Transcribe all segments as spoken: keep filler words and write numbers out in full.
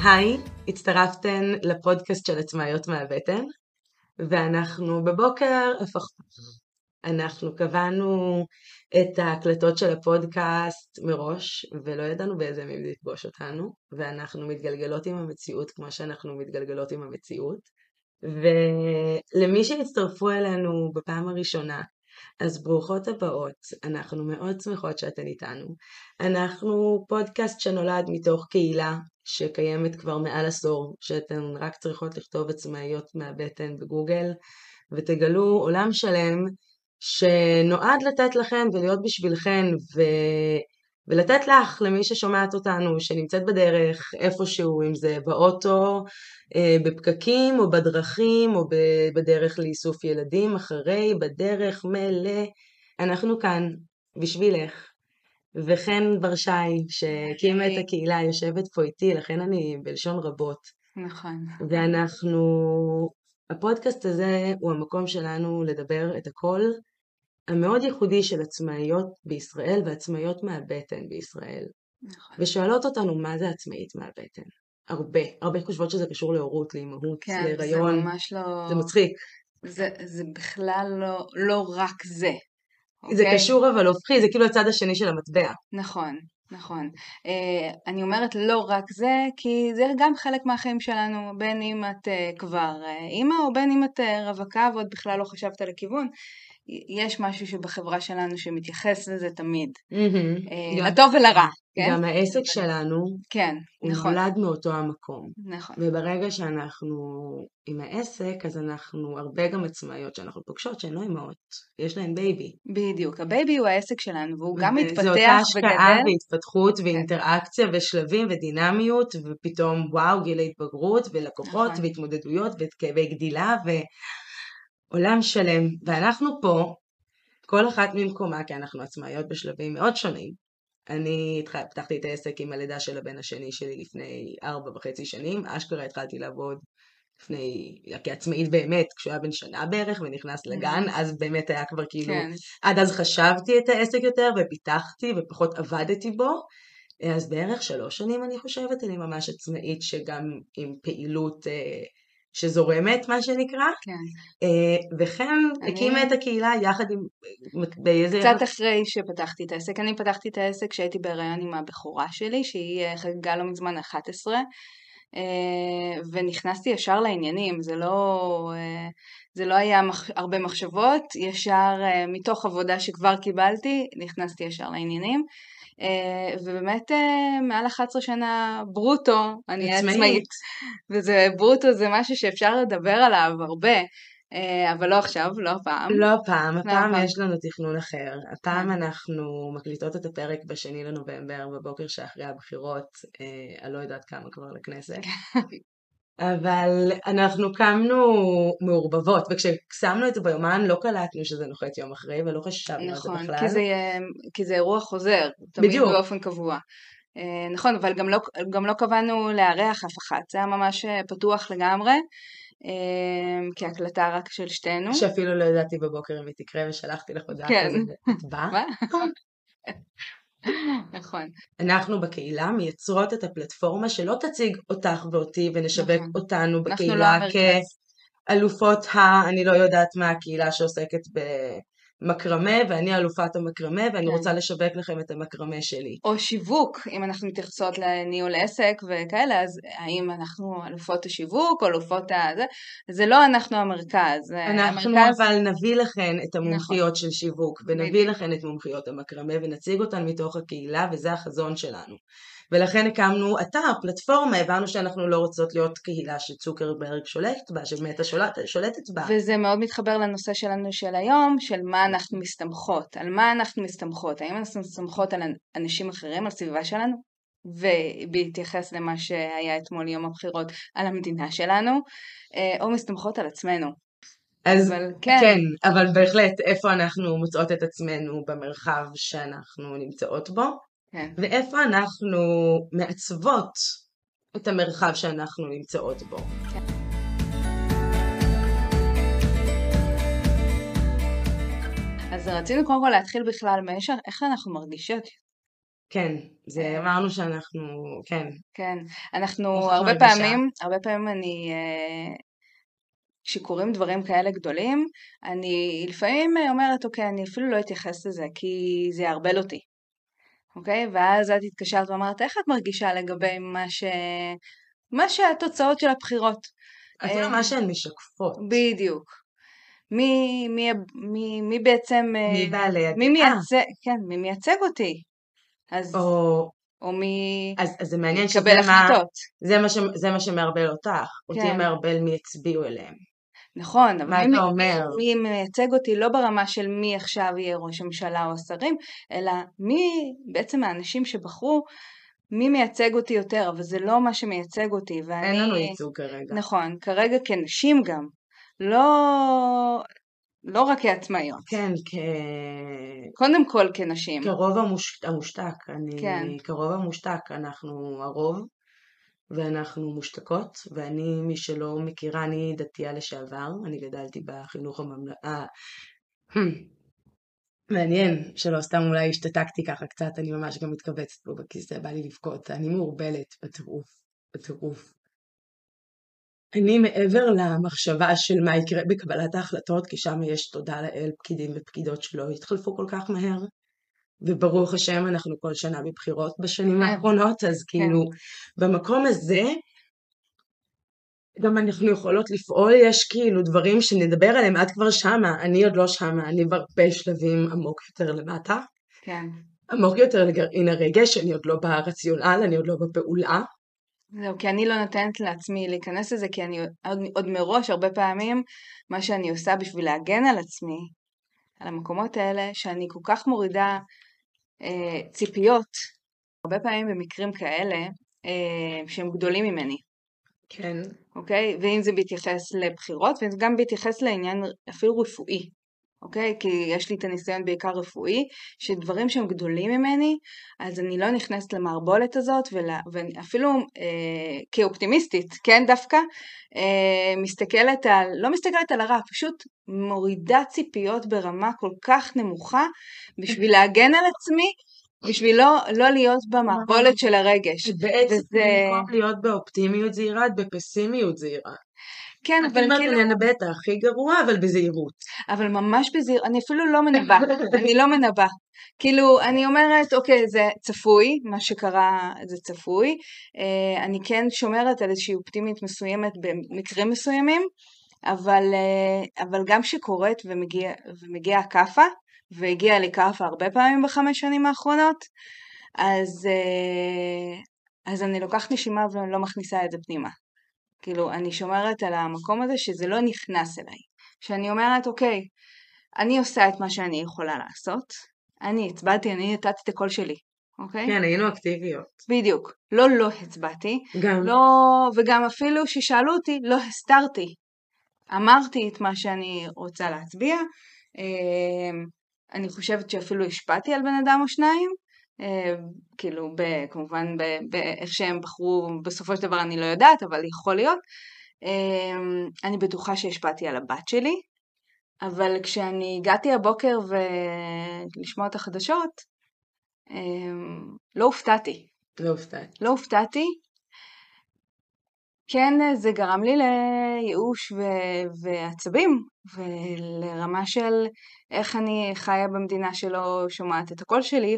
היי, הצטרפתן לפודקאסט של עצמאיות מהבטן, ואנחנו בבוקר הפכנו. אנחנו קבענו את ההקלטות של הפודקאסט מראש, ולא ידענו באיזה ימים לפגוש אותנו, ואנחנו מתגלגלות עם המציאות כמו שאנחנו מתגלגלות עם המציאות. ולמי שהצטרפו אלינו בפעם הראשונה, אז ברוכות הבאות, אנחנו מאוד שמחות שאתן איתנו. אנחנו פודקאסט שנולד מתוך קהילה שקיימת כבר מעל עשור, שאתן רק צריכות לכתוב עצמאיות מהבטן בגוגל, ותגלו עולם שלם שנועד לתת לכן ולהיות בשבילכן, ו... ולתת לך, למי ששומעת אותנו, שנמצאת בדרך, איפשהו, אם זה באוטו, בפקקים או בדרכים, או בדרך לאיסוף ילדים, אחרי, בדרך, מלא, אנחנו כאן בשבילך. וכן ברשי, שהקימה את הקהילה, יושבת פה איתי, לכן אני בלשון רבות. נכון. ואנחנו, הפודקאסט הזה הוא המקום שלנו לדבר את הכל, המאוד ייחודי של עצמאיות בישראל ועצמאיות מהבטן בישראל. נכון. ושואלות אותנו מה זה עצמאית מהבטן. הרבה, הרבה חושבות שזה קשור להורות, לאימהות, כן, להיריון. זה ממש לא... זה מצחיק. זה, זה בכלל לא, לא רק זה. זה אוקיי? קשור אבל הופכי, זה כאילו הצד השני של המטבע. נכון, נכון. Uh, אני אומרת לא רק זה, כי זה גם חלק מהחיים שלנו, בין אם את uh, כבר uh, אימא, או בין אם את uh, רווקה ועוד בכלל לא חשבת על הכיוון. יש משהו שבחברה שלנו שמתייחס לזה תמיד, Mm-hmm. לטוב ולרע. כן? גם העסק שלנו, כן, הוא נכון. נולד מאותו המקום. נכון. וברגע שאנחנו עם העסק, אז אנחנו הרבה גם עצמאיות שאנחנו פוגשות שהן לא אימהות, יש להן בייבי. בדיוק, הבייבי הוא העסק שלנו, והוא גם מתפתח וגדל. זו אותה השקעה והתפתחות ואינטראקציה כן. ושלבים ודינמיות, ופתאום וואו, גיל ההתבגרות ולקוחות נכון. והתמודדויות וכאבי גדילה ועולם שלם. ואנחנו פה, כל אחת ממקומה, כי אנחנו עצמאיות בשלבים מאוד שונים. אני פתחתי את העסק עם הלידה של הבן השני שלי לפני ארבע וחצי שנים, אשכרה התחלתי לעבוד לפני, כעצמאית באמת, כשהוא היה בן שנה בערך ונכנס לגן, אז באמת היה כבר כאילו, כן. עד אז חשבתי את העסק יותר ופיתחתי ופחות עבדתי בו, אז בערך שלוש שנים אני חושבת, אני ממש עצמאית שגם עם פעילות שזורמת מה שנקרא, כן. וכן אני... הקימה את הקהילה יחד עם באיזה... קצת אחרי שפתחתי את העסק, אני פתחתי את העסק כשהייתי בהיריון עם הבכורה שלי, שהיא חגגה לא מזמן אחת עשרה, ונכנסתי ישר לעניינים, זה לא, זה לא היה מח... הרבה מחשבות, ישר מתוך עבודה שכבר קיבלתי, נכנסתי ישר לעניינים, ובאמת מעל אחת עשרה שנה ברוטו, אני עצמאית. עצמאית, וזה ברוטו זה משהו שאפשר לדבר עליו הרבה, אבל לא עכשיו, לא הפעם. לא הפעם, הפעם לא יש לנו תכנון אחר. הפעם אנחנו מקליטות את הפרק בשני לנובמבר, בבוקר שאחרי הבחירות, אני לא יודעת כמה כבר לכנסת. אבל אנחנו קמנו מעורבבות, וכששמנו את זה ביומן לא קלטנו שזה נוחת יום אחרי, ולא חשבנו על זה בכלל. נכון, כי זה, כי זה אירוע חוזר, תמיד בדיוק. באופן קבוע. נכון, אבל גם לא, גם לא קבענו לארח אף אחת, זה היה ממש פתוח לגמרי. כהקלטה רק של שתינו. שאפילו לא ידעתי בבוקר אם היא תקרה ושלחתי לך הודעה כן. כזה, את באה? מה? נכון. אנחנו בקהילה מייצרות את הפלטפורמה שלא תציג אותך ואותי ונשווק נכון. אותנו בקהילה לא כאלופות ה... אני לא יודעת מה הקהילה שעוסקת ב... מקרמה, ואני אלופת המקרמה, ואני כן. רוצה לשווק לכם את המקרמה שלי. או שיווק, אם אנחנו מתייחסות לניהול עסק וכאלה, אז האם אנחנו אלופות השיווק, או אלופות ה... זה, זה לא אנחנו המרכז. אנחנו המרכז... אבל נביא לכן את המומחיות נכון. של שיווק, ונביא בדיוק. לכן את מומחיות המקרמה, ונציג אותן מתוך הקהילה, וזה החזון שלנו. ולכן הקמנו אתר, פלטפורמה, הבנו שאנחנו לא רוצות להיות קהילה שצוקרברג שולטת בה, שמטה שולטת בה. וזה מאוד מתחבר לנושא שלנו של היום, של מה אנחנו מסתמכות, על מה אנחנו מסתמכות, האם אנחנו מסתמכות על אנשים אחרים, על סביבה שלנו, ובהתייחס למה שהיה אתמול יום הבחירות, על המדינה שלנו, או מסתמכות על עצמנו. אז אבל, כן. כן, אבל בהחלט איפה אנחנו מוצאות את עצמנו במרחב שאנחנו נמצאות בו, כן. ואיפה אנחנו מעצבות את המרחב שאנחנו נמצאות בו. כן. אז רצינו קודם כל להתחיל בכלל מאשר איך אנחנו מרגישות כן, זה אה, אמרנו שאנחנו, כן, כן, אנחנו הוכחנו הרבה הרגשה. פעמים, הרבה פעמים אני, אה, כשקורים דברים כאלה גדולים, אני לפעמים אה, אומרת, אוקיי, אני אפילו לא אתייחס לזה, כי זה יערבל אותי, אוקיי? ואז את התקשרת ואמרת, איך את מרגישה לגבי מה ש... מה שהתוצאות של הבחירות? אפילו אה, מה שהן משקפות. בדיוק. מי, מי, מי, מי בעצם, מי אה, בעלי מי הדעה, מייצג, כן, מי מייצג אותי? אז, או, או מי אז, אז זה מעניין שזה יקבל מה, החלטות. זה מה, ש, זה מה שמערבל אותך, אותי כן, מערבל מי הצביעו אליהם. נכון, אבל מה מי, אתה מי, אומר? מי מייצג אותי לא ברמה של מי עכשיו יהיה ראש הממשלה או השרים, אלא מי בעצם האנשים שבחרו, מי מייצג אותי יותר, אבל זה לא מה שמייצג אותי, אין לנו ואני, ייצוג כרגע. נכון, כרגע כנשים גם, לא, לא רק כעצמאיות, כן, כ... קודם כל כנשים, כרוב המוש... המושתק, כן, אני כרוב המושתק, אנחנו הרוב ואנחנו מושתקות, ואני, מי שלא מכירה, אני דתייה לשעבר, אני גדלתי בחינוך הממלכתי, אה, מעניין שלא סתם אולי השתתקתי ככה קצת, אני ממש גם מתכווצת פה בכיסא, בא לי לבכות, אני מעורבלת בטירוף, בטירוף. אני מעבר למחשבה של מה יקרה בקבלת ההחלטות, כי שם יש תודה לאל פקידים ופקידות שלא התחלפו כל כך מהר, וברוך השם אנחנו כל שנה בבחירות בשנים כן, האחרונות, אז כן, כאילו במקום הזה גם אנחנו יכולות לפעול, יש כאילו דברים שנדבר עליהם, את כבר שמה, אני עוד לא שמה, אני בהרבה שלבים עמוק יותר למטה, כן. עמוק יותר לגרעין הרגש, אני עוד לא ברציונל, אני עוד לא בפעולה. זהו, כי אני לא נותנת לעצמי להיכנס לזה, כי אני עוד, עוד מראש, הרבה פעמים, מה שאני עושה בשביל להגן על עצמי, על המקומות האלה, שאני כל כך מורידה אה, ציפיות, הרבה פעמים במקרים כאלה, אה, שהם גדולים ממני, כן. אוקיי? ואם זה בהתייחס לבחירות, וגם בהתייחס לעניין אפילו רפואי, אוקיי? כי יש לי את הניסיון בעיקר רפואי, שדברים שהם גדולים ממני, אז אני לא נכנסת למערבולת הזאת, ולה, ואפילו אה, כאופטימיסטית, כן דווקא, אה, מסתכלת על, לא מסתכלת על הרע, פשוט מורידה ציפיות ברמה כל כך נמוכה, בשביל להגן על עצמי, בשביל לא, לא להיות במערבולת של הרגש. בעצם וזה, במקום להיות באופטימיות זהירה, את בפסימיות זהירה. כן, את אבל אומרת כאילו, אני אנבא את הכי גרוע, אבל בזהירות. אבל ממש בזהיר, אני אפילו לא מנבא, אני לא מנבא. כאילו, אני אומרת, אוקיי, זה צפוי, מה שקרה זה צפוי. אה, אני כן שומרת על איזושהי אופטימית מסוימת במקרים מסוימים, אבל, אה, אבל גם שקורית ומגיע, ומגיע כאפה, והגיע לי כאפה הרבה פעמים בחמש שנים האחרונות, אז, אה, אז אני לוקחת נשימה ולא מכניסה את זה פנימה. כאילו, אני שומרת על המקום הזה שזה לא נכנס אליי. שאני אומרת, אוקיי, אני עושה את מה שאני יכולה לעשות, אני הצבעתי, אני נתתי את הקול שלי, אוקיי? כן, היינו אקטיביות. בדיוק. לא לא הצבעתי, גם. לא, וגם אפילו ששאלו אותי, לא הסתרתי. אמרתי את מה שאני רוצה להצביע. אה, אני חושבת שאפילו השפעתי על בן אדם או שניים. אה, כאילו, ב, כמובן, ב- באיך שהם בחרו, בסופו של דבר אני לא יודעת, אבל יכול להיות. אה, אני בטוחה שהשפעתי על הבת שלי. אבל כשאני הגעתי הבוקר ולשמוע את החדשות, אמ, לא הופתעתי. לא הופתעת. לא הופתעתי. כן, זה גרם לי לייאוש ו- ועצבים, ולרמה של איך אני חיה במדינה שלא שומעת את הקול שלי.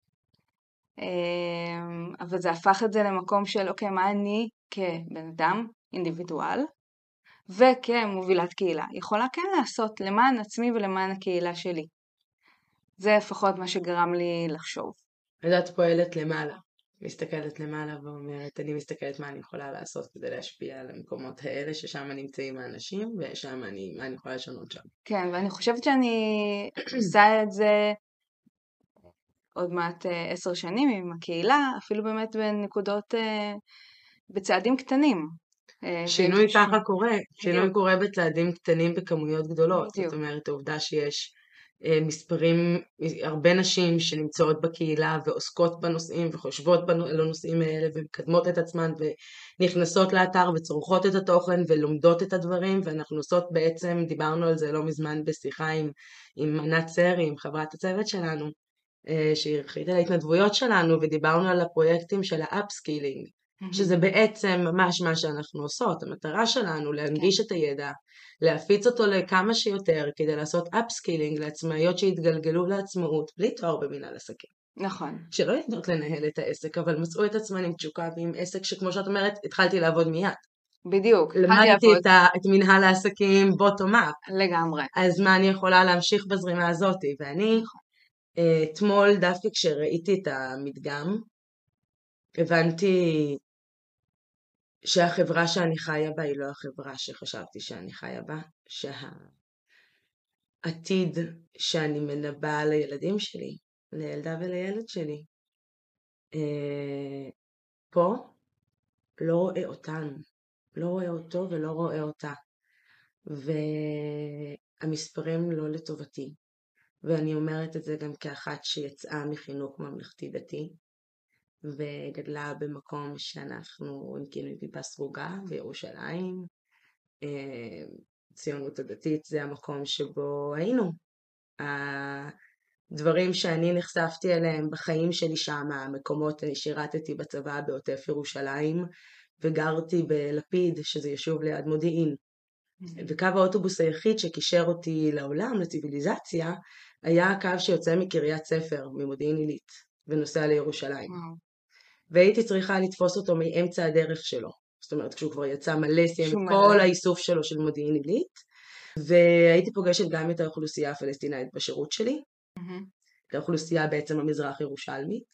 אמ, אבל זה הפך את זה למקום של, אוקיי, מה אני כבן אדם, אינדיבידואל, וכמובילת קהילה, יכולה כן לעשות למען עצמי ולמען הקהילה שלי. זה לפחות מה שגרם לי לחשוב. אז את פועלת למעלה. מסתכלת למעלה ואומרת, אני מסתכלת מה אני יכולה לעשות כדי להשפיע על המקומות האלה, ששם נמצאים האנשים, ושם אני, מה אני יכולה לשנות שם. כן, ואני חושבת שאני עושה את זה עוד מעט אה, עשר שנים עם הקהילה, אפילו באמת בנקודות, אה, בצעדים קטנים. אה, שינוי ויש- ככה קורה, שינוי בדיוק, קורה בצעדים קטנים בכמויות גדולות, זאת בדיוק. אומרת העובדה שיש אה, מספרים, הרבה נשים שנמצאות בקהילה ועוסקות בנושאים וחושבות בנו- על הנושאים האלה ומקדמות את עצמן ונכנסות לאתר וצורכות את התוכן ולומדות את הדברים, ואנחנו עושות בעצם, דיברנו על זה לא מזמן בשיחה עם, עם ענת סרי, עם חברת הצוות שלנו, שהרחית על ההתנדבויות שלנו, ודיברנו על הפרויקטים של האפסקילינג, שזה בעצם ממש מה שאנחנו עושות. המטרה שלנו להנגיש את הידע, להפיץ אותו לכמה שיותר, כדי לעשות אפסקילינג לעצמאיות שהתגלגלו לעצמאות, בלי תואר במנהל עסקים. נכון. שלא יודעות לנהל את העסק, אבל מצאו את עצמן עם תשוקה ועם עסק שכמו שאת אומרת, התחלתי לעבוד מיד. בדיוק. למדתי את, ה, את מנהל העסקים בוטום-אפ. לגמרי. אז מה אני יכולה להמשיך בזרימה הזאת? ואני אתמול דווקא כשראיתי את המדגם, הבנתי שהחברה שאני חיה בה היא לא החברה שחשבתי שאני חיה בה, שהעתיד שאני מנבאה לילדים שלי, לילדה ולילד שלי, פה לא רואה אותנו, לא רואה אותו ולא רואה אותה, והמספרים לא לטובתי. ואני אומרת את זה גם כאחת שיצאה מחינוך ממלכתי דתי, וגדלה במקום שאנחנו כאילו טיפה סרוגה בירושלים. ציונות הדתית זה המקום שבו היינו. הדברים שאני נחשפתי אליהם בחיים שלי שם, המקומות, אני שירתתי בצבא בעוטף ירושלים, וגרתי בלפיד, שזה יישוב ליד מודיעין. וקו האוטובוס היחיד שקישר אותי לעולם, לציביליזציה, היה הקו שיוצא מקריית ספר, ממודיעין עילית, ונוסע לירושלים. וואו. והייתי צריכה לתפוס אותו מאמצע הדרך שלו. זאת אומרת, כשהוא כבר יצא מלא, סיים את כל האיסוף שלו של מודיעין עילית, והייתי פוגשת גם את האוכלוסייה הפלסטינאית בשירות שלי, mm-hmm. את האוכלוסייה בעצם המזרח ירושלמית,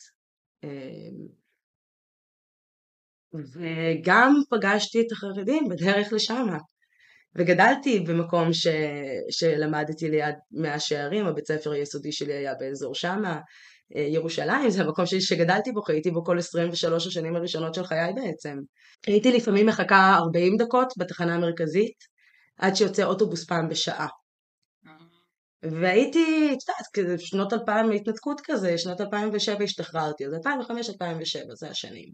וגם פגשתי את החרדים בדרך לשם. וגדלתי במקום ש... שלמדתי ליד מאה שערים, הבית ספר היסודי שלי היה באזור שמה, ירושלים, זה המקום ש... שגדלתי בו, הייתי בו כל עשרים ושלוש השנים הראשונות של חיי בעצם. הייתי לפעמים מחכה ארבעים דקות בתחנה המרכזית, עד שיוצא אוטובוס פעם בשעה. והייתי, את יודעת, שנות אלפיים התנתקות כזה, שנת אלפיים ושבע השתחררתי, אז אלפיים וחמש אלפיים ושבע, זה השנים.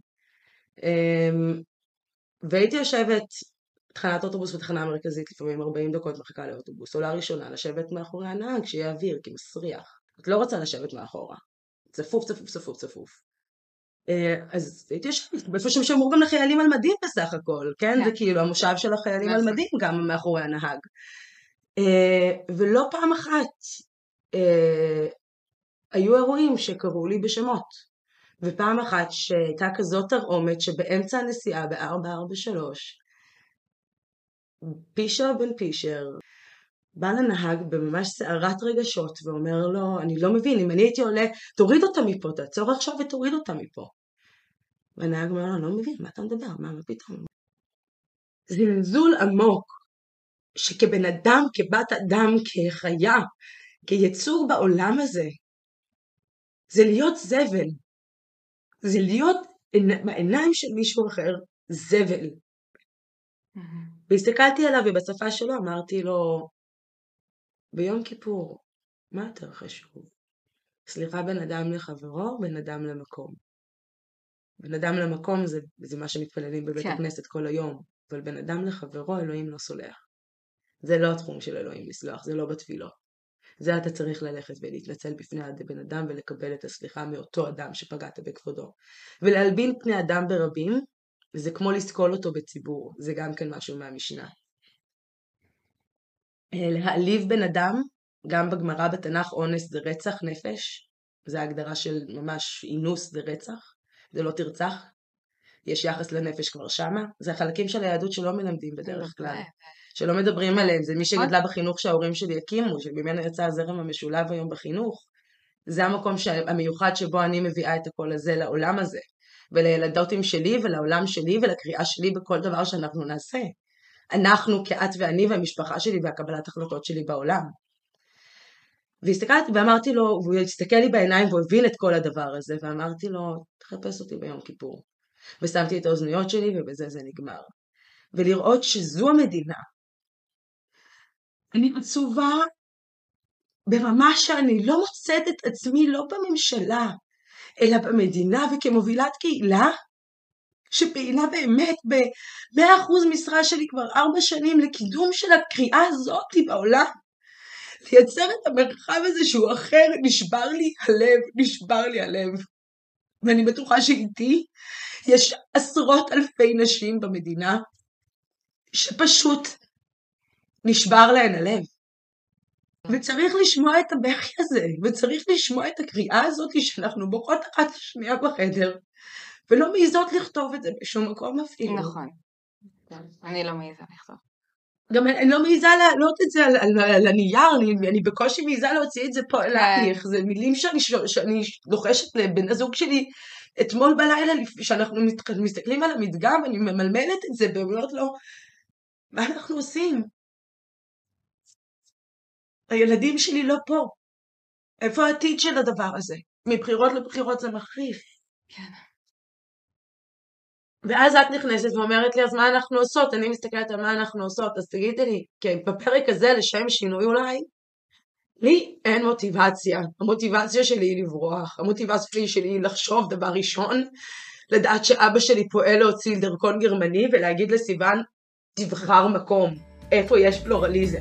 והייתי יושבת תחנת אוטובוס בתחנה המרכזית, לפעמים ארבעים דקות מחכה לאוטובוס, עולה ראשונה לשבת מאחורי הנהג, שיהיה אוויר, כי מסריח. את לא רוצה לשבת מאחורה. צפוף, צפוף, צפוף, צפוף. אז הייתי יושבת, בפשוט שמור גם לחיילים על מדים בסך הכל, כן? זה כאילו המושב של החיילים על מדים גם מאחורי הנהג. ולא פעם אחת היו אירועים שקראו לי בשמות. ופעם אחת שהייתה כזאת תרעומת שבאמצע הנסיעה ב-ארבע ארבע שלוש, פישר בן פישר בא לנהג בממש סערת רגשות ואומר לו, אני לא מבין, אם אני הייתי עולה, תוריד אותה מפה, תעצור עכשיו ותוריד אותה מפה. והנהג אומר לו, אני לא מבין, מה אתה מדבר? מה, מה פתאום? זלזול עמוק, שכבן אדם, כבת אדם, כחיה, כיצור בעולם הזה, זה להיות זבל. זה להיות בעיניים של מישהו אחר, זבל. והסתכלתי עליו ובשפה שלו אמרתי לו, ביום כיפור, מה יותר חשוב? סליחה בין אדם לחברו, בין אדם למקום. בין אדם למקום זה, זה מה שמתפללים בבית כן. הכנסת כל היום, אבל בין אדם לחברו אלוהים לא סולח. זה לא התחום של אלוהים לסלוח, זה לא בתפילות. זה אתה צריך ללכת ולהתנצל בפני בן אדם ולקבל את הסליחה מאותו אדם שפגעת בכבודו. ולהלבין פני אדם ברבים, זה כמו לסקול אותו בציבור, זה גם כן משהו מהמשנה. להעליב בן אדם, גם בגמרא בתנ"ך אונס זה רצח נפש, זה ההגדרה של ממש אינוס זה רצח, זה לא תרצח, יש יחס לנפש כבר שמה, זה החלקים של היהדות שלא מלמדים בדרך כלל, שלא מדברים עליהם, זה מי שגדלה בחינוך שההורים שלי הקימו, שממנו יצא הזרם המשולב היום בחינוך, זה המקום המיוחד שבו אני מביאה את הקול הזה לעולם הזה, ולילדותים שלי ולעולם שלי ולקריאה שלי בכל דבר שאנחנו נעשה. אנחנו כאת ואני והמשפחה שלי והקבלת החלטות שלי בעולם. והסתכלתי ואמרתי לו, והוא הסתכל לי בעיניים והוא הבין את כל הדבר הזה, ואמרתי לו, תחפש אותי ביום כיפור. ושמתי את האוזניות שלי ובזה זה נגמר. ולראות שזו המדינה. אני עצובה ברמה שאני לא מוצאת את עצמי לא בממשלה, אלא במדינה וכמובילת קהילה, שפעילה באמת ב-מאה אחוז משרה שלי כבר ארבע שנים לקידום של הקריאה הזאת בעולם, לייצר את המרחב הזה שהוא אחר, נשבר לי הלב, נשבר לי הלב. ואני בטוחה שאיתי יש עשרות אלפי נשים במדינה שפשוט נשבר להן הלב. וצריך לשמוע את הבכי הזה, וצריך לשמוע את הקריאה הזאת שאנחנו בוכות אחת לשנייה בחדר, ולא מעיזות לכתוב את זה בשום מקום אפילו. נכון. אני לא מעיזה לכתוב. גם אני לא מעיזה להעלות את זה על, על, על הנייר, אני, אני בקושי מעיזה להוציא את זה פה אלייך, זה מילים שאני, שאני לוחשת לבן הזוג שלי אתמול בלילה, שאנחנו מסתכלים על המדגם, אני ממלמלת את זה, ואומרת לו, מה אנחנו עושים? הילדים שלי לא פה. איפה העתיד של הדבר הזה? מבחירות לבחירות זה מחריף. כן. ואז את נכנסת ואומרת לי, אז מה אנחנו עושות? אני מסתכלת על מה אנחנו עושות, אז תגידי לי, כי בפרק הזה, לשם שינוי אולי, לי אין מוטיבציה. המוטיבציה שלי היא לברוח. המוטיבציה שלי היא לחשוב דבר ראשון, לדעת שאבא שלי פועל להוציא דרכון גרמני, ולהגיד לסיוון, תבחר מקום, איפה יש פלורליזם.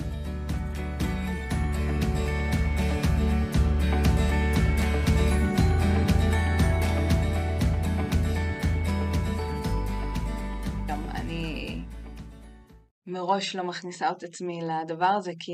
מראש לא מכניסה את עצמי לדבר הזה, כי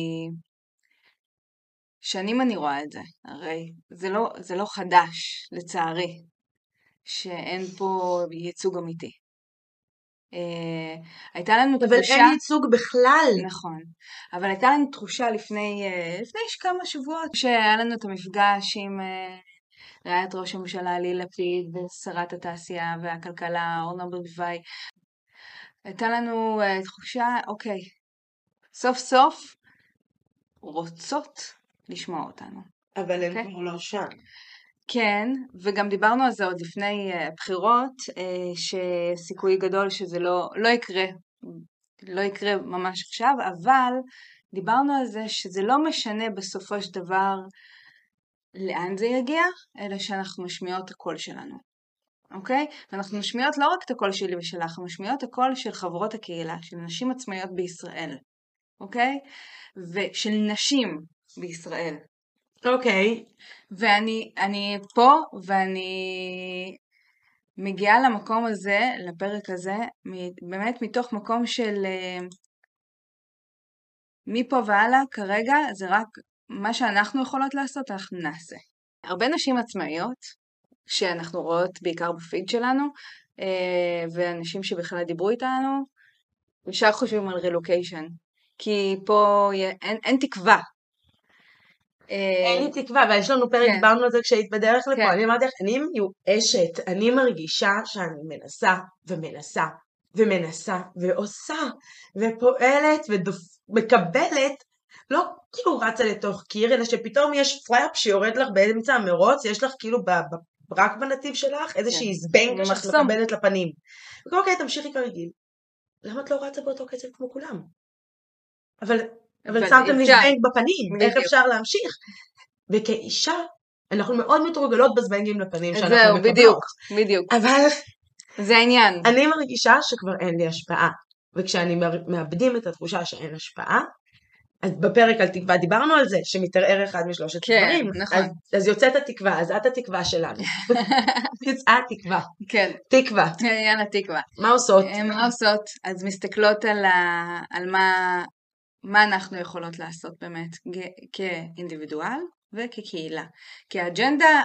שנים אני רואה את זה. הרי זה לא, זה לא חדש, לצערי, שאין פה ייצוג אמיתי. אה, הייתה לנו אבל תחושה... אין ייצוג בכלל. נכון. אבל הייתה לנו תחושה לפני, לפני כמה שבועות, שהיה לנו את המפגש עם אה, רעיית ראש הממשלה ליהיא לפיד, ושרת התעשייה והכלכלה, אורנה ברביבאי. הייתה לנו uh, תחושה, אוקיי, סוף סוף רוצות לשמוע אותנו. אבל הן אוקיי? כבר לא שם. כן, וגם דיברנו על זה עוד לפני uh, בחירות, uh, שסיכוי גדול שזה לא, לא יקרה, לא יקרה ממש עכשיו, אבל דיברנו על זה שזה לא משנה בסופו של דבר לאן זה יגיע, אלא שאנחנו משמיעות את הקול שלנו. אוקיי? ואנחנו משמיעות לא רק את הקול שלי ושלך, אנחנו משמיעות את הקול של חברות הקהילה, של נשים עצמאיות בישראל, אוקיי? ושל נשים בישראל. אוקיי. ואני אני פה, ואני מגיעה למקום הזה, לפרק הזה, באמת מתוך מקום של מפה והלאה, כרגע זה רק מה שאנחנו יכולות לעשות, אנחנו נעשה. הרבה נשים עצמאיות, שאנחנו רואות בעיקר בפיד שלנו, ואנשים שבכלל דיברו איתנו, ישר חושבים על רילוקיישן, כי פה אין, אין תקווה. אין לי תקווה, ויש לנו פרק, דיברנו על זה כשהיית בדרך לפה, אני אמרתי לך, אני מיואשת, אני מרגישה שאני מנסה ומנסה ומנסה ועושה ופועלת ומקבלת, לא כאילו רצה לתוך קיר, אלא שפתאום יש פלאפ שיורד לך באמצע המרוץ, יש לך כאילו רק בנתיב שלך איזושהי זבנג שאת מקבלת לפנים. אוקיי, תמשיכי כרגיל. למה את לא רצה באותו קצב כמו כולם? אבל אבל שמתם לי זבנג בפנים, איך אפשר להמשיך? וכאישה, אנחנו מאוד מתורגלות בזבנגים לפנים שאנחנו מקבלות. זהו, בדיוק, בדיוק. אבל זה העניין. אני מרגישה שכבר אין לי השפעה, וכשאני מאבדים את התחושה שאין השפעה, אז בפרק על תקווה דיברנו על זה, שמתערער אחד משלושת דברים. כן, נכון. אז, אז יוצאת התקווה, אז את התקווה שלנו. יצאה התקווה. כן. תקווה. יאללה, תקווה. מה עושות? מה עושות? אז מסתכלות על, ה... על מה... מה אנחנו יכולות לעשות באמת, כאינדיבידואל וכקהילה. כי האג'נדה,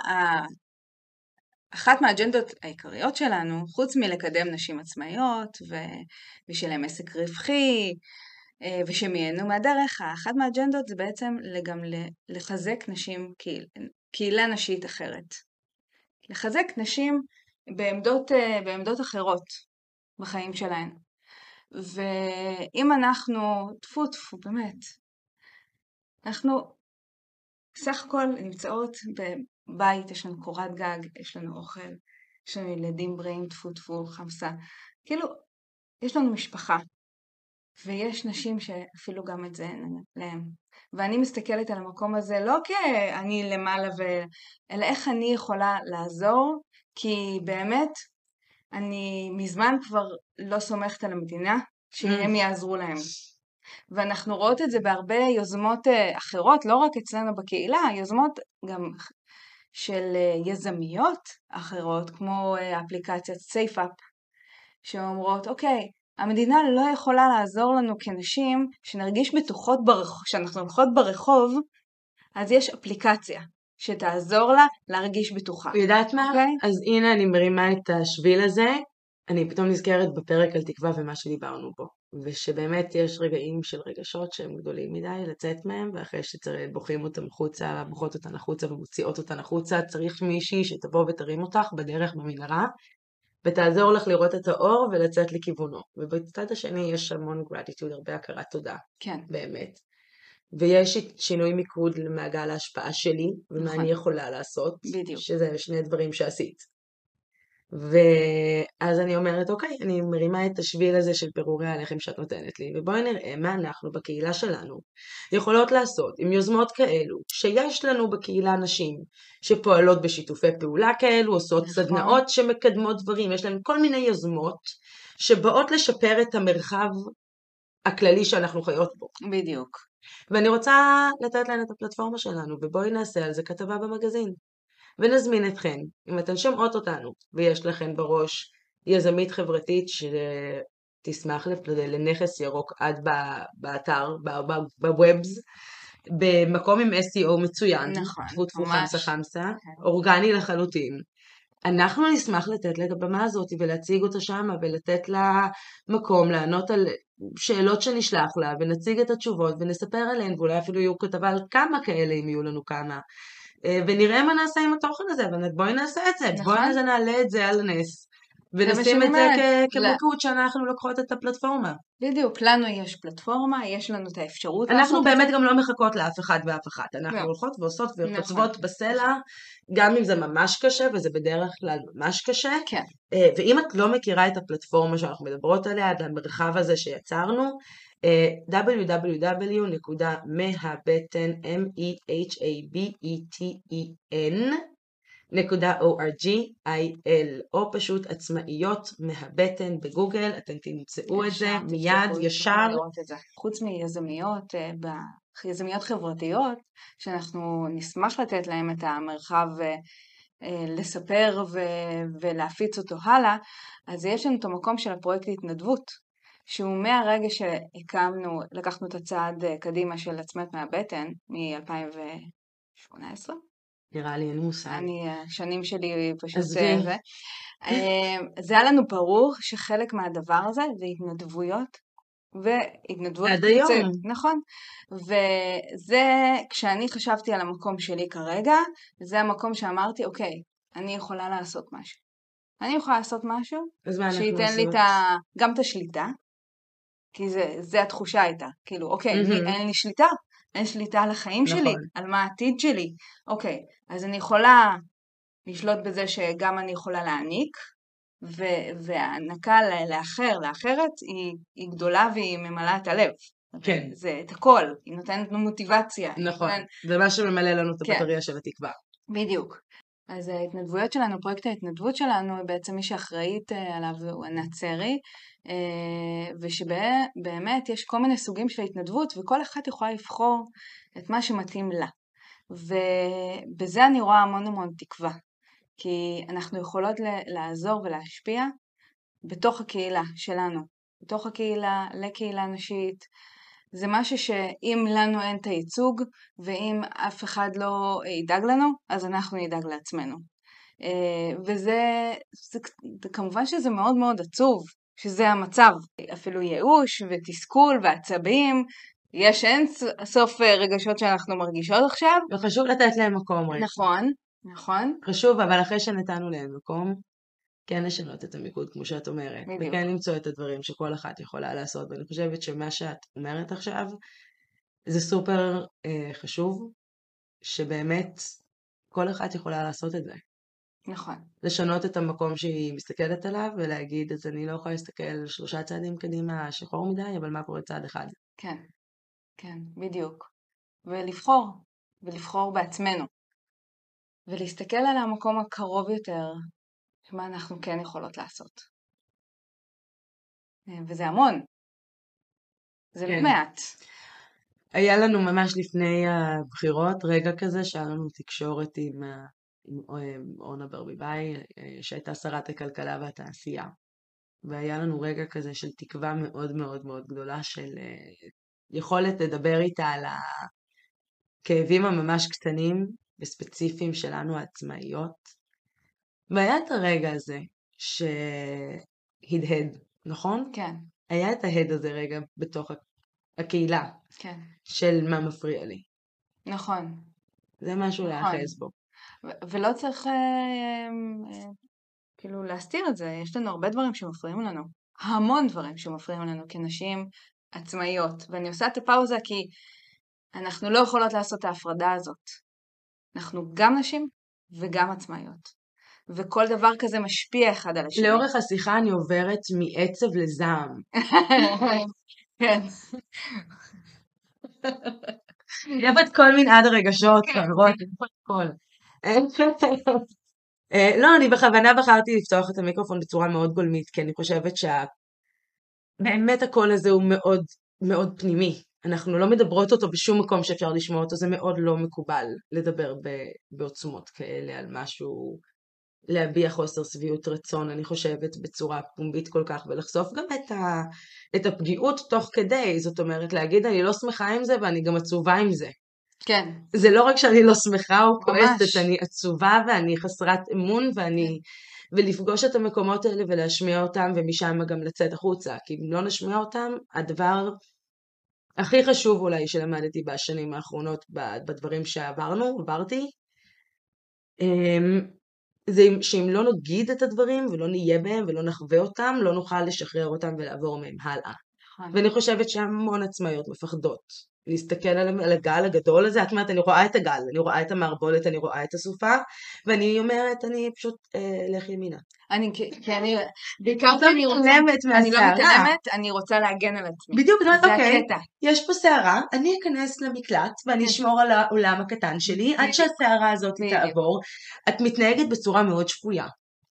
אחת מהאג'נדות העיקריות שלנו, חוץ מלקדם נשים עצמאיות, ושלהם עסק רווחי, ושהם ייהנו מהדרך, אחת מהאג'נדות זה בעצם גם לחזק נשים, קהילה נשית אחרת. לחזק נשים בעמדות, בעמדות אחרות בחיים שלהן. ואם אנחנו, תפו תפו, באמת, אנחנו סך הכל נמצאות בבית, יש לנו קורת גג, יש לנו אוכל, יש לנו ילדים בריאים, תפו תפו, חמסה, כאילו, יש לנו משפחה, ויש נשים שאפילו גם את זה אין להם. ואני מסתכלת על המקום הזה, לא כאני למעלה, ו... אלא איך אני יכולה לעזור, כי באמת, אני מזמן כבר לא סומכת על המדינה, שהם יעזרו להם. ואנחנו רואות את זה בהרבה יוזמות אה, אחרות, לא רק אצלנו בקהילה, יוזמות גם של אה, יזמיות אחרות, כמו אה, אפליקציית SafeUp, שאומרות, אוקיי, המדינה לא יכולה לעזור לנו כנשים שנרגיש בטוחות ברחוב, שאנחנו הולכות ברחוב, אז יש אפליקציה שתעזור לה להרגיש בטוחה. יודעת מה? אוקיי? אז הנה אני מרימה את השביל הזה, אני פתאום נזכרת בפרק על תקווה ומה שדיברנו בו, ושבאמת יש רגעים של רגשות שהם גדולים מדי לצאת מהם, ואחרי שבוחים אותם החוצה, בוכות אותן החוצה ומוציאות אותן החוצה, צריך מישהי שתבוא ותרים אותך בדרך במנהרה, ותעזור לך לראות את האור ולצאת לכיוונו. ובצד השני יש המון gratitude, הרבה הכרת תודה, כן. באמת. ויש שינוי מיקוד למעגל ההשפעה שלי, ומה נכון. אני יכולה לעשות, בדיוק. שזה שני דברים שעשית. ואז אני אומרת, אוקיי, אני מרימה את השביל הזה של פירורי הלחם שאת נותנת לי, ובואי נראה מה אנחנו בקהילה שלנו יכולות לעשות עם יוזמות כאלו, שיש לנו בקהילה נשים שפועלות בשיתופי פעולה כאלו, עושות נכון. סדנאות שמקדמות דברים, יש לנו כל מיני יוזמות שבאות לשפר את המרחב הכללי שאנחנו חיות בו. בדיוק. ואני רוצה לתת להן את הפלטפורמה שלנו, ובואי נעשה על זה כתבה במגזין. ונזמין אתכן, אם אתן שומעות אותנו, ויש לכן בראש יזמית חברתית שתשמח לנכס ירוק עד באתר, בוובס, במקום עם אס אי או מצוין, נכון, טפו טפו ממש. חמסה חמסה, אורגני לחלוטין. אנחנו נשמח לתת לה את הבמה הזאת ולהציג אותה שמה ולתת לה מקום לענות על שאלות שנשלח לה ונציג את התשובות ונספר עליהן ואולי אפילו יהיו כתבה על כמה כאלה אם יהיו לנו כמה ונראה מה נעשה עם התוכן הזה, אבל בואי נעשה את זה, נכון. בואי נעלה את זה על הנס זה מה ונשים שאני את זה אומרת. כ- לא. כמלכות שאנחנו לוקחות את הפלטפורמה. בדיוק, לנו יש פלטפורמה, יש לנו את האפשרות לעשות אנחנו את זה. באמת גם לא מחכות לאף אחד ואף אחת, אנחנו לא. הולכות ועושות נכון. וכותבות בסלע, גם אם זה ממש קשה, וזה בדרך כלל ממש קשה. כן. אה, ואם את לא מכירה את הפלטפורמה שאנחנו מדברות עליה, את המרחב הזה שיצרנו, אה, דאבליו דאבליו דאבליו נקודה מהבטן נקודה או אר ג'י איי אל או פשוט עצמאיות מהבטן בגוגל, אתם תמצאו את זה מיד ישר. את זה. חוץ מיזמיות, יזמיות חברתיות, שאנחנו נשמח לתת להם את המרחב לספר ולהפיץ אותו הלאה, אז יש לנו את המקום של הפרויקט התנדבות, שהוא מהרגע שהקמנו, לקחנו את הצעד קדימה של עצמאיות מהבטן מ-אלפיים ושמונה עשרה. נראה לי, אין מושג. אני, השנים שלי פשוט עזבי. זה. זה היה לנו ברור שחלק מהדבר הזה זה התנדבויות, והתנדבויות עד היום. נכון. וזה, כשאני חשבתי על המקום שלי כרגע, זה המקום שאמרתי, אוקיי, אני יכולה לעשות משהו. אני יכולה לעשות משהו אז מה אנחנו שייתן לי עושות? את ה... גם את השליטה, כי זה, זה התחושה הייתה. כאילו, אוקיי, מהמם. אני, אין לי שליטה. אין שליטה על החיים נכון. שלי, על מה העתיד שלי. אוקיי, אז אני יכולה לשלוט בזה שגם אני יכולה להעניק, ו- והענקה לאחר, לאחרת, היא, היא גדולה והיא ממלאה את הלב. כן. זה את הכל, היא נותנת לנו מוטיבציה. נכון, נותנת... זה מה שממלא לנו את כן. הבטריה של התקווה. בדיוק. אז ההתנדבויות שלנו, פרויקט ההתנדבות שלנו, בעצם מי שאחראית עליו הוא ענת סרי, ושבאמת יש כל מיני סוגים של התנדבות, וכל אחת יכולה לבחור את מה שמתאים לה. ובזה אני רואה המון המון תקווה, כי אנחנו יכולות לעזור ולהשפיע בתוך הקהילה שלנו, בתוך הקהילה, לקהילה נשית. זה משהו שאם לנו אין את הייצוג, ואם אף אחד לא ידאג לנו, אז אנחנו נדאג לעצמנו. וזה, זה, כמובן שזה מאוד מאוד עצוב, שזה המצב. אפילו ייאוש ותסכול ועצבים, יש אין סוף רגשות שאנחנו מרגישות עכשיו. וחשוב לתת להם מקום. נכון, נכון. חשוב, אבל אחרי שנתנו להם מקום, כן לשנות את המיקוד, כמו שאת אומרת. בדיוק. וכן למצוא את הדברים שכל אחת יכולה לעשות. ואני חושבת שמה שאת אומרת עכשיו, זה סופר אה, חשוב, שבאמת כל אחת יכולה לעשות את זה. נכון. לשנות את המקום שהיא מסתכלת עליו, ולהגיד, אז אני לא יכולה להסתכל שלושה צעדים קדימה שחור מדי, אבל מה קורה צעד אחד? כן, כן, בדיוק. ולבחור, ולבחור בעצמנו. ולהסתכל על המקום הקרוב יותר, מה אנחנו כן יכולות לעשות. וזה המון. זה לא כן. מעט. היה לנו ממש לפני הבחירות רגע כזה שהיה לנו תקשורת עם, ה- עם אורנה ברביבאי, אה, שהייתה שרת הכלכלה והתעשייה. והיה לנו רגע כזה של תקווה מאוד מאוד מאוד גדולה של אה, יכולת לדבר איתה על הכאבים הממש קטנים וספציפיים שלנו העצמאיות. והיה את הרגע הזה שהדהד, נכון? כן, היה את ההד הזה רגע בתוך הקהילה כן. של מה מפריע לי. נכון, זה משהו נכון. להאחז בו. ו- ולא צריך אה, אה, כאילו להסתיר את זה. יש לנו הרבה דברים שמפריעים לנו. המון דברים שמפריעים לנו כנשים עצמאיות. ואני עושה את הפאוזה כי אנחנו לא יכולות לעשות את ההפרדה הזאת. אנחנו גם נשים וגם עצמאיות. וכל דבר כזה משפיע אחד על השני. לאורך השיחה אני עוברת מעצב לזעם. כן. יש את כל מנעד הרגשות, חברות, כל. אה, לא, אני בכוונה בחרתי לפתוח את המיקרופון בצורה מאוד גולמית, כי אני חושבת שבאמת הקול הזה הוא מאוד מאוד פנימי. אנחנו לא מדברות אותו בשום מקום שאפשר לשמוע אותו, זה מאוד לא מקובל לדבר ב- בעוצמות כאלה על משהו, להביע חוסר שביעות רצון, אני חושבת, בצורה פומבית כל כך, ולחשוף גם את, ה, את הפגיעות תוך כדי, זאת אומרת, להגיד אני לא שמחה עם זה ואני גם עצובה עם זה. כן. זה לא רק שאני לא שמחה או כועסת, ממש. אני עצובה ואני חסרת אמון, ואני, ולפגוש את המקומות האלה ולהשמיע אותם, ומשם גם לצאת החוצה, כי אם לא נשמיע אותם, הדבר הכי חשוב אולי שלמדתי בשנים האחרונות, ב- בדברים שעברנו, עברתי, אמ, זה אם- שאם לא נגיד את הדברים ולא נהיה בהם ולא נחווה אותם, לא נוכל לשחרר אותם ולעבור מהם הלאה. נכון. ואני חושבת שהמון עצמאיות מפחדות להסתכל על, על הגל הגדול הזה. את אומרת, אני רואה את הגל, אני רואה את המערבולת, אני רואה את הסופה, ואני אומרת, אני פשוט אה, לך ימינה. אני, כי כי אני, בעיקר כי לא אני רוצה, מתעלמת אני לא מהסערה. מתעלמת, אני רוצה להגן על עצמי. בדיוק, את אומרת, זה אוקיי, הקטע. יש פה סערה, אני אכנס למקלט ואני כן. אשמור על העולם הקטן שלי, עד בדיוק. שהסערה הזאת בדיוק. תעבור. את מתנהגת בצורה מאוד שפויה.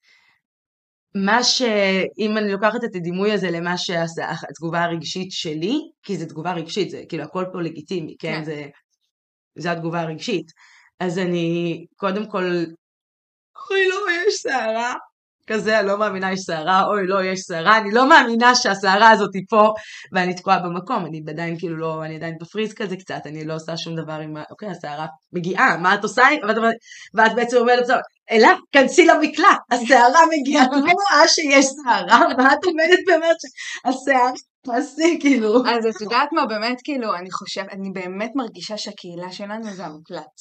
מה ש... אם אני לוקחת את הדימוי הזה למה שהתגובה הרגשית שלי, כי זו תגובה רגשית, זה כאילו הכל פה לגיטימי, כן? כן. זה, זה התגובה הרגשית. אז אני קודם כל, אוי לא, יש סערה. כזה, אני לא מאמינה יש סערה, אוי לא, יש סערה, אני לא מאמינה שהסערה הזאת היא פה, ואני תקועה במקום, אני עדיין כאילו לא, אני עדיין בפריז כזה קצת, אני לא עושה שום דבר עם, אוקיי, הסערה מגיעה, מה את עושה? ואת, ואת בעצם אומרת, אלה, כנסי למקלט, הסערה מגיעה, את רואה שיש סערה, מה את עומדת ואומרת שהסערה, תעשי כאילו. אז את יודעת מה, באמת, כאילו, אני חושבת, אני באמת מרגישה שהקהילה שלנו זה המקלט.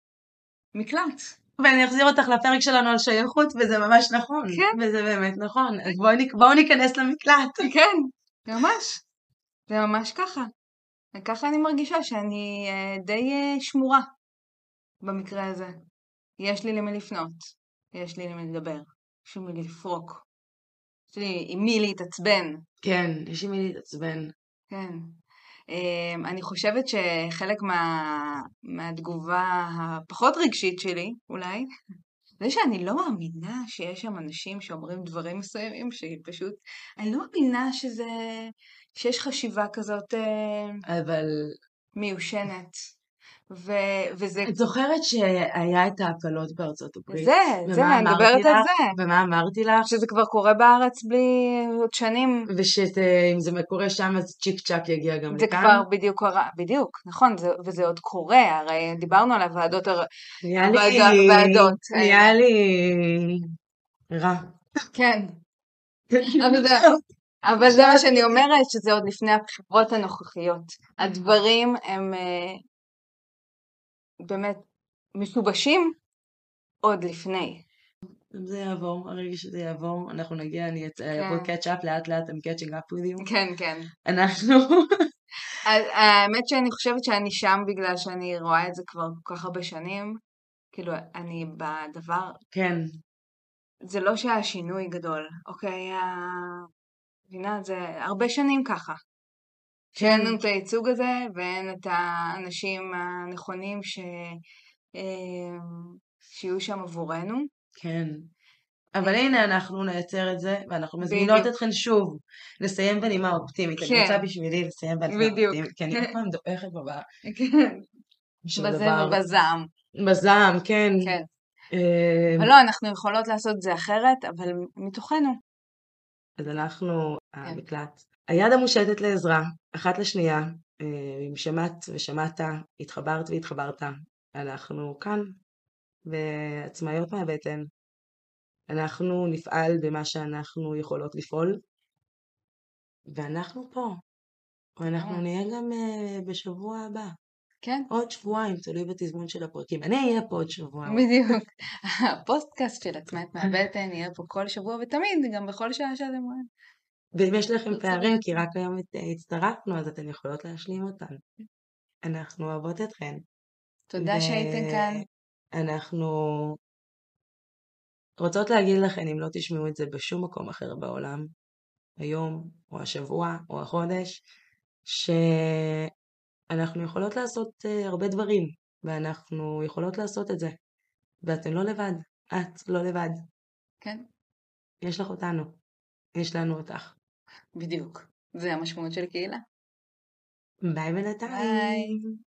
מקלט. ואני אחזיר אותך לפרק שלנו על שייכות, וזה ממש נכון, כן. וזה באמת נכון, אז בואו נ- בואו ניכנס למקלט. כן, ממש. זה ממש ככה. וככה אני מרגישה שאני אה, די אה, שמורה במקרה הזה. יש לי למי לפנות, יש לי למי לדבר, יש לי למי לפרוק, יש לי עם מי להתעצבן. כן, יש עם מי להתעצבן. כן. אמ, אני חושבת שחלק מה, מהתגובה הפחות רגשית שלי, אולי, זה שאני לא מאמינה שיש שם אנשים שאומרים דברים מסוימים, שפשוט, אני לא מאמינה שזה, שיש חשיבה כזאת אה, אבל מיושנת. ו, וזה, את זוכרת שהיה את ההפלות בארצות הברית? זה, זה, ומה אני אמרתי מדברת על לך? זה. ומה אמרתי לך? שזה כבר קורה בארץ בלי עוד שנים. ושאם זה קורה שם אז צ'יק צ'אק יגיע גם זה לכאן? כבר בדיוק קרה, בדיוק, נכון, זה, וזה עוד קורה, הרי דיברנו על הוועדות, הר... נהיה לי, הוועד- הוועדות נהיה האלה. לי רע. כן, אבל זה, אבל זה מה שאני אומרת, שזה עוד לפני הבחירות הנוכחיות. הדברים הם אה, באמת משובשים עוד לפני. אם זה יעבור, הרגע שזה יעבור, אנחנו נגיע, אני כן. אעבור קאצ'אפ לאט לאט, I'm catching up with you. כן, כן. אנחנו... אז האמת שאני חושבת שאני שם בגלל שאני רואה את זה כבר כל כך הרבה שנים. כאילו, אני בדבר, כן, זה לא שהשינוי גדול, אוקיי? ה- מבינה, זה הרבה שנים ככה. שאין לנו את הייצוג הזה, ואין את האנשים הנכונים ש... אה, שיהיו שם עבורנו. כן. אבל הנה אנחנו נייצר את זה, ואנחנו מזמינות בדיוק. אתכן שוב לסיים בנימה אופטימית. אני רוצה כן, בשבילי לסיים בנימה בדיוק. אופטימית, כי אני עוד פעם דועכת בבא כן, של בזה הדבר. ובזעם. בזעם, כן. כן. אה, אבל לא, אנחנו יכולות לעשות את זה אחרת, אבל מתוכנו. אז אנחנו, כן. המקלט, היד המושטת לעזרה, אחת לשנייה, אה, אם שמעת ושמעת, התחברת והתחברת, אנחנו כאן, ועצמאיות מהבטן. אנחנו נפעל במה שאנחנו יכולות לפעול, ואנחנו פה, ואנחנו לגמרי. נהיה גם אה, בשבוע הבא. כן, עוד שבועיים, תלוי בתזמון של הפרקים. אני אהיה פה עוד שבוע. בדיוק. הפוסטקאסט של עצמאית מהבטן יהיה פה כל שבוע ותמיד, גם בכל שעה שאתם רואים. ואם יש לכם תרצו פערים, כי בעצם. רק היום הת- הצטרפנו, אז אתן יכולות להשלים אותן. אנחנו אוהבות אתכן. תודה שהייתם כאן. ואנחנו רוצות להגיד לכן, אם לא תשמעו את זה בשום מקום אחר בעולם, היום, או השבוע, או החודש, שאנחנו יכולות לעשות uh, הרבה דברים, ואנחנו יכולות לעשות את זה. ואתן לא לבד. את לא לבד. כן, יש לך אותנו. יש לנו אותך. בדיוק. זה המשמעות של קהילה. ביי ביי. בינתיים.